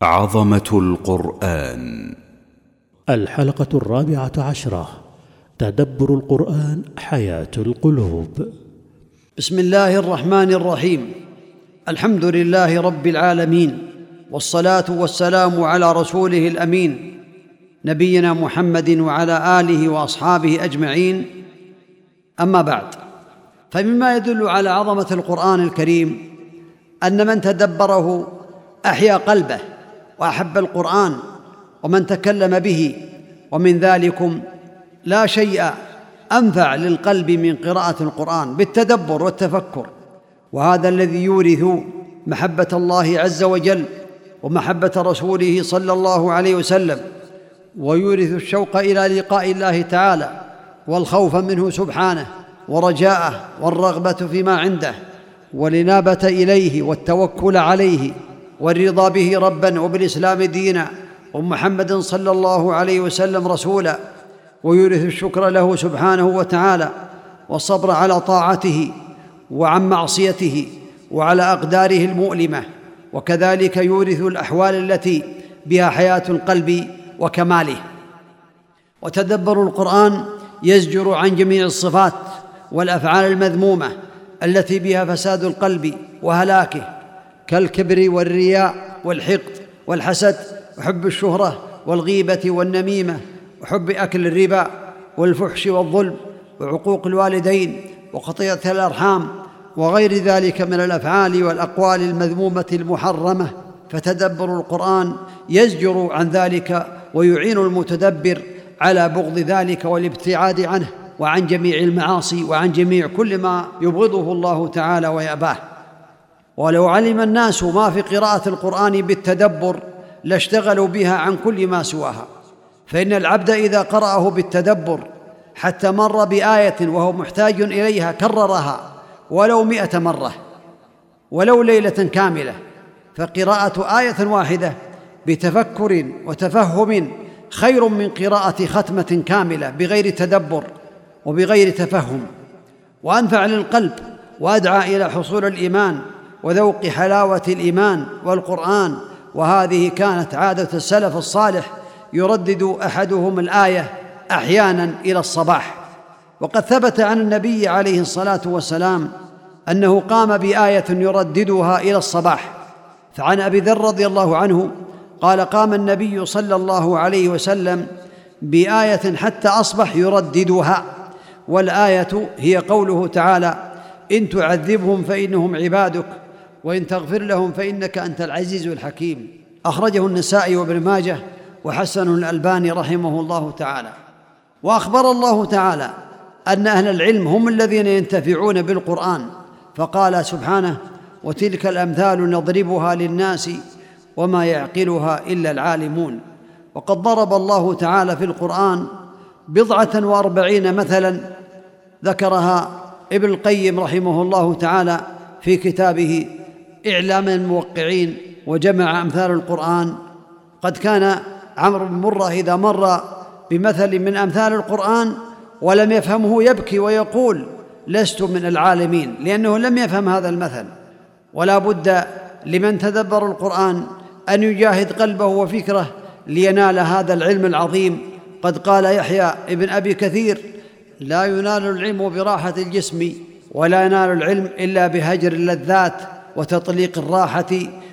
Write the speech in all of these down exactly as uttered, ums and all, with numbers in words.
عظمة القرآن. الحلقة الرابعة عشرة: تدبر القرآن حياة القلوب. بسم الله الرحمن الرحيم. الحمد لله رب العالمين، والصلاة والسلام على رسوله الأمين نبينا محمد وعلى آله وأصحابه أجمعين. أما بعد، فمما يدل على عظمة القرآن الكريم أن من تدبره أحيا قلبه وأحب القرآن ومن تكلم به، ومن ذلكم لا شيء أنفع للقلب من قراءة القرآن بالتدبر والتفكر، وهذا الذي يورث محبة الله عز وجل ومحبة رسوله صلى الله عليه وسلم، ويورث الشوق إلى لقاء الله تعالى والخوف منه سبحانه ورجاءه والرغبة فيما عنده والإنابة إليه والتوكل عليه والرضا به ربا وبالإسلام دينا ومحمد صلى الله عليه وسلم رسولا، ويورث الشكر له سبحانه وتعالى والصبر على طاعته وعن معصيته وعلى أقداره المؤلمة، وكذلك يورث الأحوال التي بها حياة القلب وكماله. وتدبر القرآن يزجر عن جميع الصفات والأفعال المذمومة التي بها فساد القلب وهلاكه، كالكبر والرياء والحقد والحسد وحب الشهرة والغيبة والنميمة وحب أكل الربا والفحش والظلم وعقوق الوالدين وقطيعة الأرحام وغير ذلك من الأفعال والأقوال المذمومة المحرمة. فتدبر القرآن يزجر عن ذلك ويعين المتدبر على بغض ذلك والابتعاد عنه وعن جميع المعاصي وعن جميع كل ما يبغضه الله تعالى ويأباه. ولو علم الناس ما في قراءة القرآن بالتدبر لاشتغلوا بها عن كل ما سواها، فإن العبد إذا قرأه بالتدبر حتى مر بآية وهو محتاج إليها كررها ولو مئة مرة ولو ليلة كاملة، فقراءة آية واحدة بتفكر وتفهم خير من قراءة ختمة كاملة بغير تدبر وبغير تفهم، وأنفع للقلب وأدعى إلى حصول الإيمان وذوق حلاوة الإيمان والقرآن. وهذه كانت عادة السلف الصالح، يردد أحدهم الآية أحيانا إلى الصباح. وقد ثبت عن النبي عليه الصلاة والسلام أنه قام بآية يرددها إلى الصباح، فعن أبي ذر رضي الله عنه قال: قام النبي صلى الله عليه وسلم بآية حتى أصبح يرددها، والآية هي قوله تعالى: إن تعذبهم فإنهم عبادك وإن تغفر لهم فإنك أنت العزيز الحكيم. أخرجه النسائي وابن ماجه وحسنه الألباني رحمه الله تعالى. وأخبر الله تعالى أن أهل العلم هم الذين ينتفعون بالقرآن، فقال سبحانه: وتلك الأمثال نضربها للناس وما يعقلها إلا العالمون. وقد ضرب الله تعالى في القرآن بضعة وأربعين مثلا ذكرها ابن القيم رحمه الله تعالى في كتابه إعلام الموقعين، وجمع أمثال القرآن. قد كان عمرو بن مرة إذا مر بمثل من أمثال القرآن ولم يفهمه يبكي ويقول: لست من العالمين، لأنه لم يفهم هذا المثل. ولا بد لمن تدبر القرآن أن يجاهد قلبه وفكره لينال هذا العلم العظيم. قد قال يحيى ابن أبي كثير: لا ينال العلم براحة الجسم، ولا ينال العلم إلا بهجر اللذات وتطليق الراحة،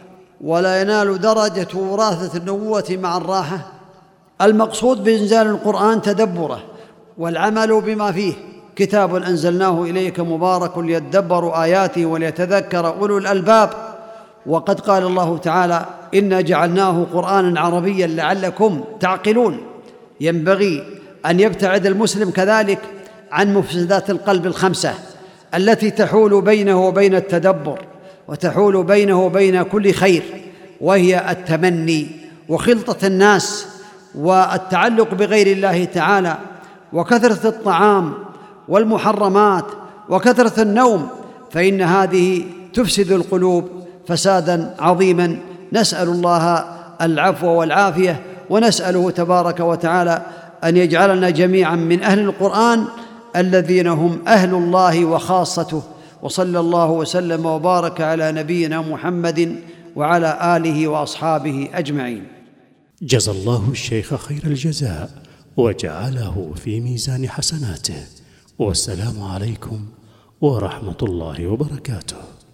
ولا ينال درجة وراثة النبوة مع الراحة. المقصود بإنزال القرآن تدبره والعمل بما فيه. كتاب أنزلناه إليك مبارك ليدبروا آياته وليتذكر أولو الألباب. وقد قال الله تعالى: إنا جعلناه قرآنا عربيا لعلكم تعقلون. ينبغي أن يبتعد المسلم كذلك عن مفسدات القلب الخمسة التي تحول بينه وبين التدبر وتحول بينه وبين كل خير، وهي التمني وخلطة الناس والتعلق بغير الله تعالى وكثرة الطعام والمحرمات وكثرة النوم، فإن هذه تفسد القلوب فسادا عظيما. نسأل الله العفو والعافية، ونسأله تبارك وتعالى أن يجعلنا جميعا من أهل القرآن الذين هم أهل الله وخاصته. وصلى الله وسلم وبارك على نبينا محمد وعلى آله وأصحابه أجمعين. جزى الله الشيخ خير الجزاء وجعله في ميزان حسناته، والسلام عليكم ورحمة الله وبركاته.